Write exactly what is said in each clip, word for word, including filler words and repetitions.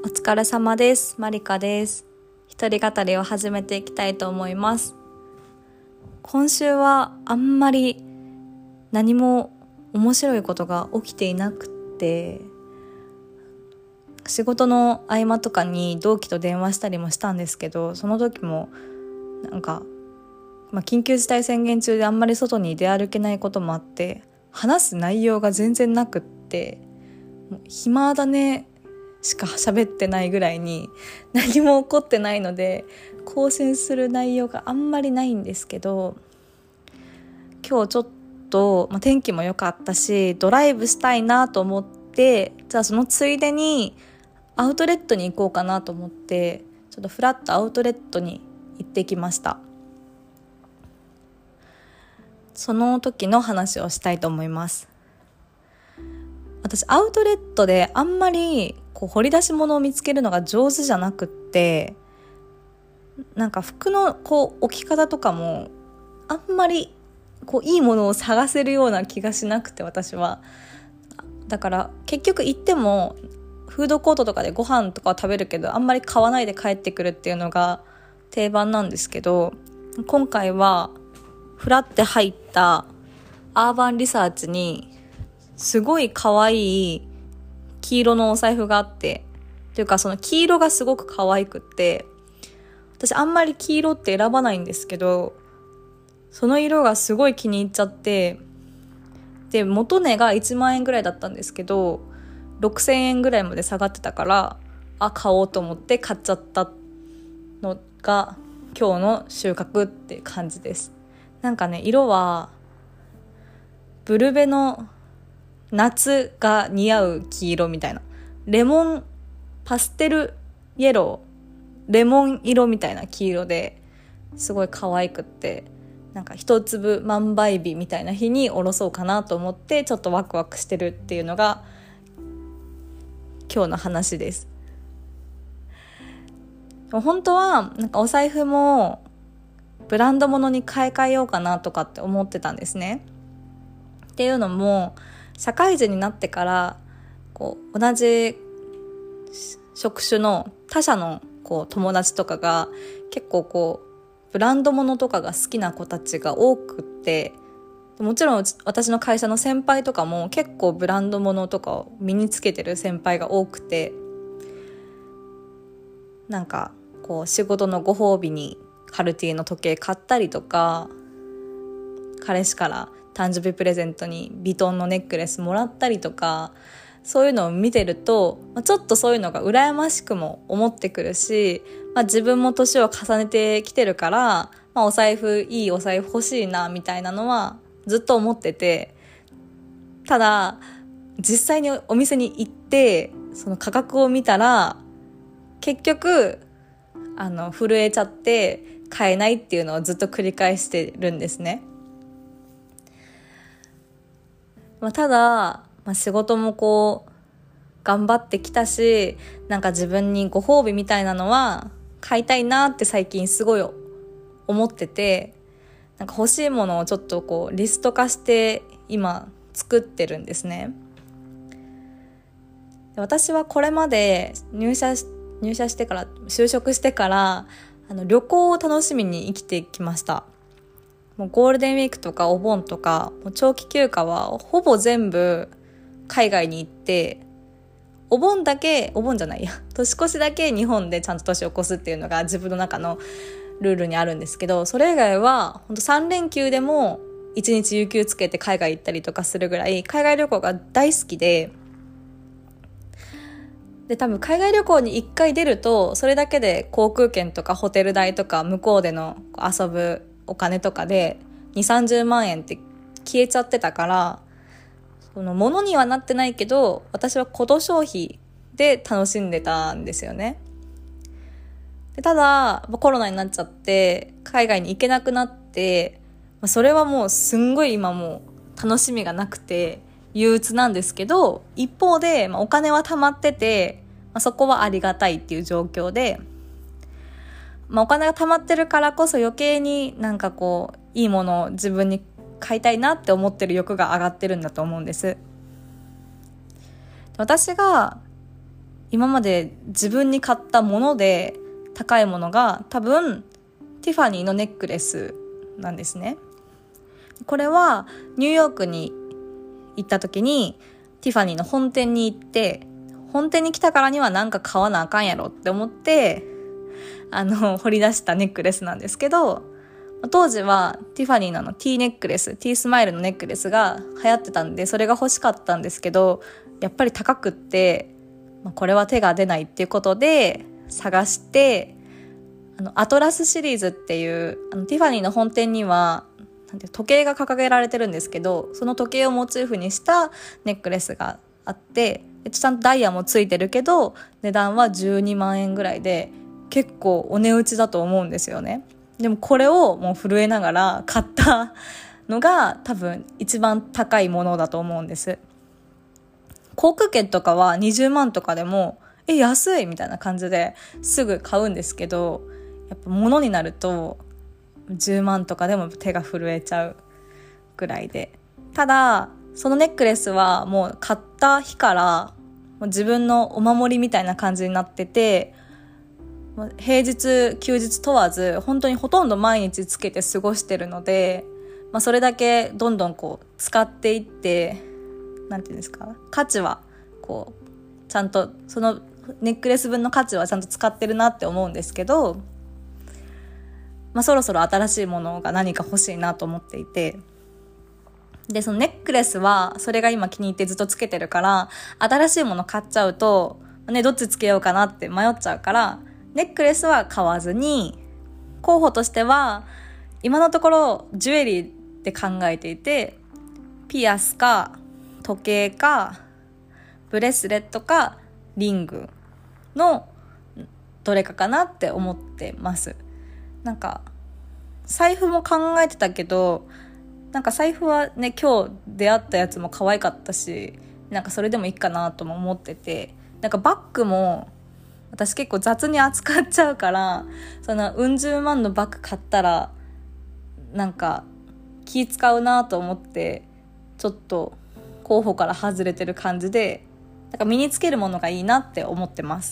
お疲れ様です。マリカです。一人語りを始めていきたいと思います。今週はあんまり何も面白いことが起きていなくて、仕事の合間とかに同期と電話したりもしたんですけど、その時もなんか、まあ、緊急事態宣言中であんまり外に出歩けないこともあって、話す内容が全然なくって、もう暇だねしか喋ってないぐらいに何も起こってないので、更新する内容があんまりないんですけど、今日ちょっと、まあ、天気も良かったしドライブしたいなと思って、じゃあそのついでにアウトレットに行こうかなと思って、ちょっとフラッとアウトレットに行ってきました。その時の話をしたいと思います。私アウトレットであんまりこう掘り出し物を見つけるのが上手じゃなくって、なんか服のこう置き方とかもあんまりこういいものを探せるような気がしなくて、私はだから結局行ってもフードコートとかでご飯とかは食べるけど、あんまり買わないで帰ってくるっていうのが定番なんですけど、今回はフラって入ったアーバンリサーチにすごい可愛い黄色のお財布があって、というかその黄色がすごく可愛くって、私あんまり黄色って選ばないんですけど、その色がすごい気に入っちゃって、で元値がいちまんえんぐらいだったんですけど、ろくせんえんぐらいまで下がってたから、あ買おうと思って買っちゃったのが今日の収穫って感じです。なんかね、色はブルベの夏が似合う黄色みたいな、レモンパステルイエローレモン色みたいな黄色で、すごい可愛くって、なんか一粒万倍日みたいな日におろそうかなと思って、ちょっとワクワクしてるっていうのが今日の話です。本当はなんかお財布もブランド物に買い替えようかなとかって思ってたんですね。っていうのも、社会人になってからこう同じ職種の他社のこう友達とかが結構こうブランド物とかが好きな子たちが多くって、もちろん私の会社の先輩とかも結構ブランド物とかを身につけてる先輩が多くて、なんかこう仕事のご褒美にカルティの時計買ったりとか、彼氏から誕生日プレゼントにヴィトンのネックレスもらったりとか、そういうのを見てると、ちょっとそういうのが羨ましくも思ってくるし、まあ、自分も年を重ねてきてるから、まあ、お財布いいお財布欲しいなみたいなのはずっと思ってて、ただ実際にお店に行ってその価格を見たら、結局あの震えちゃって買えないっていうのをずっと繰り返してるんですね。まあ、ただ、まあ、仕事もこう頑張ってきたし、なんか自分にご褒美みたいなのは買いたいなって最近すごい思ってて、なんか欲しいものをちょっとこうリスト化して今作ってるんですね。私はこれまで入社し、入社してから就職してからあの旅行を楽しみに生きてきました。もうゴールデンウィークとかお盆とかもう長期休暇はほぼ全部海外に行って、お盆だけお盆じゃないや年越しだけ日本でちゃんと年を越すっていうのが自分の中のルールにあるんですけど、それ以外は本当さん連休でもいちにち有給つけて海外行ったりとかするぐらい海外旅行が大好きで、で多分海外旅行にいっかい出るとそれだけで航空券とかホテル代とか向こうでの遊ぶお金とかでにじゅう、さんじゅうまんえんって消えちゃってたから、その物にはなってないけど私はコト消費で楽しんでたんですよね。でただコロナになっちゃって海外に行けなくなって、それはもうすんごい今もう楽しみがなくて憂鬱なんですけど、一方で、まあ、お金は貯まってて、まあ、そこはありがたいっていう状況で、まあ、お金が貯まってるからこそ余計になんかこういいものを自分に買いたいなって思ってる欲が上がってるんだと思うんです。私が今まで自分に買ったもので高いものが多分ティファニーのネックレスなんですね。これはニューヨークに行った時にティファニーの本店に行って、本店に来たからには何か買わなあかんやろって思ってあの掘り出したネックレスなんですけど、当時はティファニーのあの T ネックレス T スマイルのネックレスが流行ってたんで、それが欲しかったんですけど、やっぱり高くって、まあ、これは手が出ないっていうことで探して、あのアトラスシリーズっていうあのティファニーの本店にはなんて時計が掲げられてるんですけど、その時計をモチーフにしたネックレスがあって、ちゃんとダイヤもついてるけど値段はじゅうにまんえんぐらいで、結構お値打ちだと思うんですよね。でもこれをもう震えながら買ったのが多分一番高いものだと思うんです。航空券とかはにじゅうまんとかでもえ安いみたいな感じですぐ買うんですけど、やっぱ物になるとじゅうまんとかでも手が震えちゃうぐらいで、ただそのネックレスはもう買った日からもう自分のお守りみたいな感じになってて、平日休日問わず本当にほとんど毎日つけて過ごしてるので、まあ、それだけどんどんこう使っていって、なんていうんですか、価値はこうちゃんとそのネックレス分の価値はちゃんと使ってるなって思うんですけど、まあ、そろそろ新しいものが何か欲しいなと思っていて、でそのネックレスはそれが今気に入ってずっとつけてるから、新しいもの買っちゃうと、ね、どっちつけようかなって迷っちゃうから、ネックレスは買わずに、候補としては今のところジュエリーって考えていて、ピアスか時計かブレスレットかリングのどれかかなって思ってます。なんか財布も考えてたけど、なんか財布はね、今日出会ったやつも可愛かったし、なんかそれでもいいかなとも思ってて、なんかバッグも私結構雑に扱っちゃうから、そのうん十万のバッグ買ったらなんか気使うなと思って、ちょっと候補から外れてる感じで、なんか身につけるものがいいなって思ってます。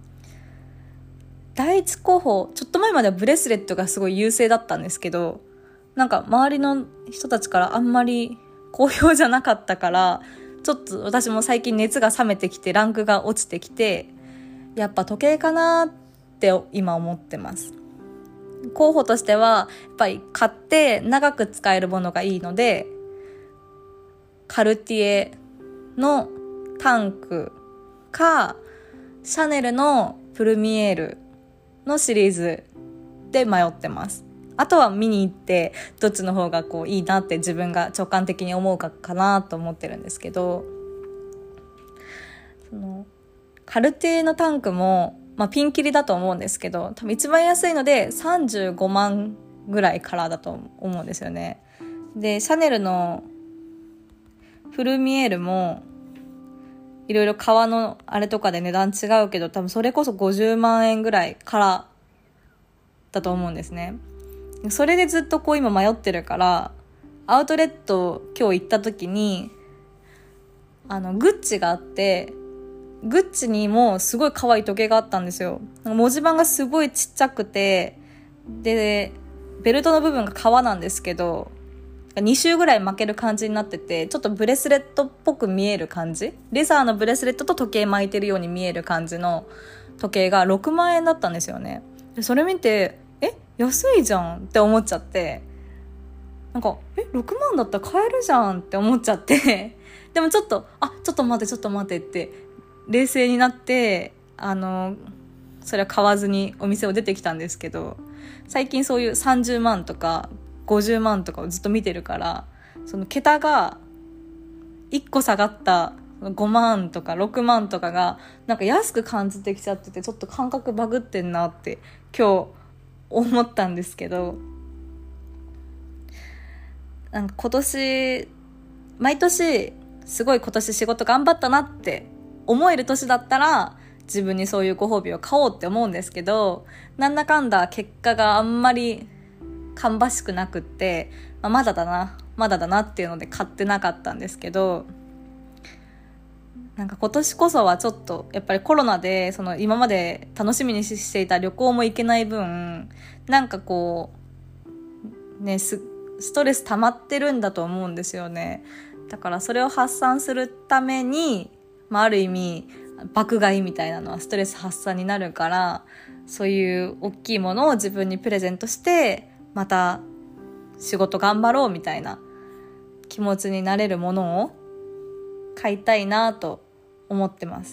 第一候補、ちょっと前まではブレスレットがすごい優勢だったんですけど、なんか周りの人たちからあんまり好評じゃなかったから、ちょっと私も最近熱が冷めてきてランクが落ちてきて、やっぱ時計かなって今思ってます。候補としてはやっぱり買って長く使えるものがいいので、カルティエのタンクかシャネルのプルミエールのシリーズで迷ってます。あとは見に行ってどっちの方がこういいなって自分が直感的に思うかかなと思ってるんですけど、そのカルティエのタンクも、まあ、ピンキリだと思うんですけど、多分一番安いのでさんじゅうごまんぐらいからだと思うんですよね。でシャネルのフルミエールもいろいろ革のあれとかで値段違うけど、多分それこそごじゅうまんえんぐらいからだと思うんですね。それでずっとこう今迷ってるから、アウトレット今日行った時にあのグッチがあって、グッチにもすごい可愛い時計があったんですよ。文字盤がすごいちっちゃくて、でベルトの部分が革なんですけど、に周ぐらい巻ける感じになってて、ちょっとブレスレットっぽく見える感じ、レザーのブレスレットと時計巻いてるように見える感じの時計がろくまんえんだったんですよね。でそれ見て、え安いじゃんって思っちゃって、なんかえろくまんだったら買えるじゃんって思っちゃってでもちょっとあちょっと待ってちょっと待ってって冷静になって、あのそれは買わずにお店を出てきたんですけど、最近そういうさんじゅうまんとかごじゅうまんとかをずっと見てるから、その桁がいっこ下がったごまんとかろくまんとかがなんか安く感じてきちゃってて、ちょっと感覚バグってんなって今日思ったんですけど、なんか今年毎年すごい今年仕事頑張ったなって思える年だったら自分にそういうご褒美を買おうって思うんですけど、なんだかんだ結果があんまり芳しくなくって、まあ、まだだなまだだなっていうので買ってなかったんですけど、 なんか今年こそはちょっとやっぱりコロナでその今まで楽しみにしていた旅行も行けない分、なんかこうねスストレス溜まってるんだと思うんですよね。だからそれを発散するために、まあ、ある意味爆買いみたいなのはストレス発散になるから、そういう大きいものを自分にプレゼントしてまた仕事頑張ろうみたいな気持ちになれるものを買いたいなと思ってます。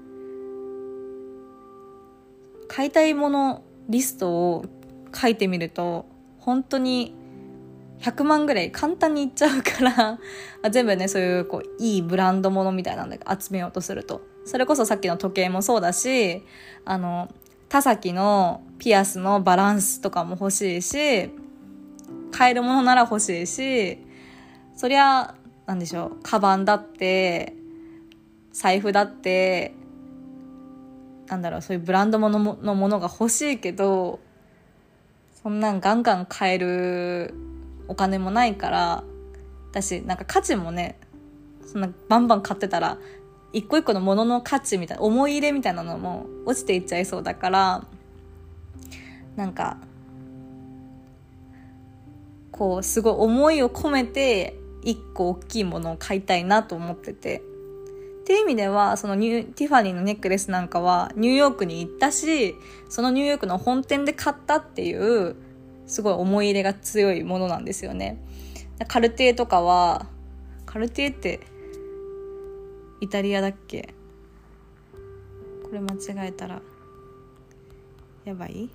買いたいものリストを書いてみると本当にひゃくまんぐらい簡単にいっちゃうから全部ね、そういうこういいブランドものみたいなんで集めようとすると、それこそさっきの時計もそうだし、あの田崎のピアスのバランスとかも欲しいし、買えるものなら欲しいし、そりゃなんでしょう、カバンだって財布だってなんだろう、そういうブランドもののものが欲しいけど、そんなんガンガン買えるお金もないから、私なんか価値もね、そんなバンバン買ってたら一個一個のものの価値みたいな思い入れみたいなのも落ちていっちゃいそうだから、なんかこうすごい思いを込めて一個大きいものを買いたいなと思ってて、っていう意味ではそのニュティファニーのネックレスなんかはニューヨークに行ったし、そのニューヨークの本店で買ったっていうすごい思い入れが強いものなんですよね。カルティエとかは、カルティエってイタリアだっけ？これ間違えたらやばい？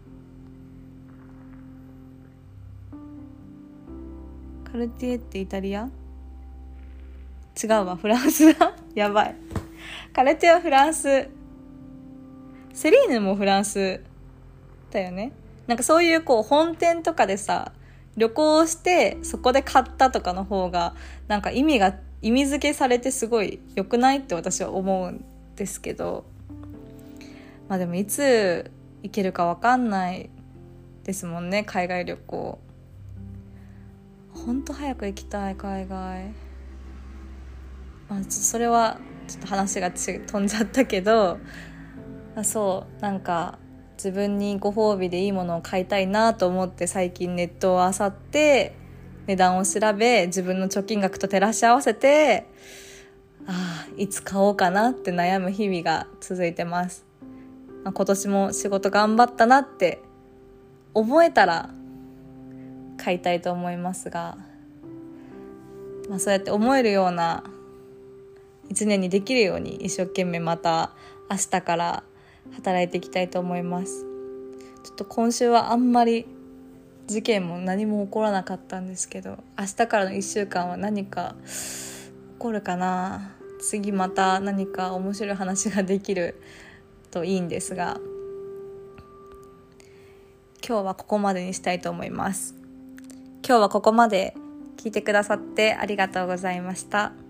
カルティエってイタリア？違うわ、フランスだやばい。カルティエはフランス、セリーヌもフランスだよね。なんかそういうこう本店とかでさ、旅行してそこで買ったとかの方がなんか意味が意味付けされてすごい良くないって私は思うんですけど、まあでもいつ行けるか分かんないですもんね、海外旅行。ほんと早く行きたい海外。まあ、それはちょっと話がち飛んじゃったけど、あ、そうなんか自分にご褒美でいいものを買いたいなと思って最近ネットを漁って値段を調べ、自分の貯金額と照らし合わせて、ああいつ買おうかなって悩む日々が続いてます。まあ、今年も仕事頑張ったなって思えたら買いたいと思いますが、まあ、そうやって思えるような一年にできるように一生懸命また明日から働いていきたいと思います。ちょっと今週はあんまり事件も何も起こらなかったんですけど、明日からのいっしゅうかんは何か起こるかな。次また何か面白い話ができるといいんですが、今日はここまでにしたいと思います。今日はここまで聞いてくださってありがとうございました。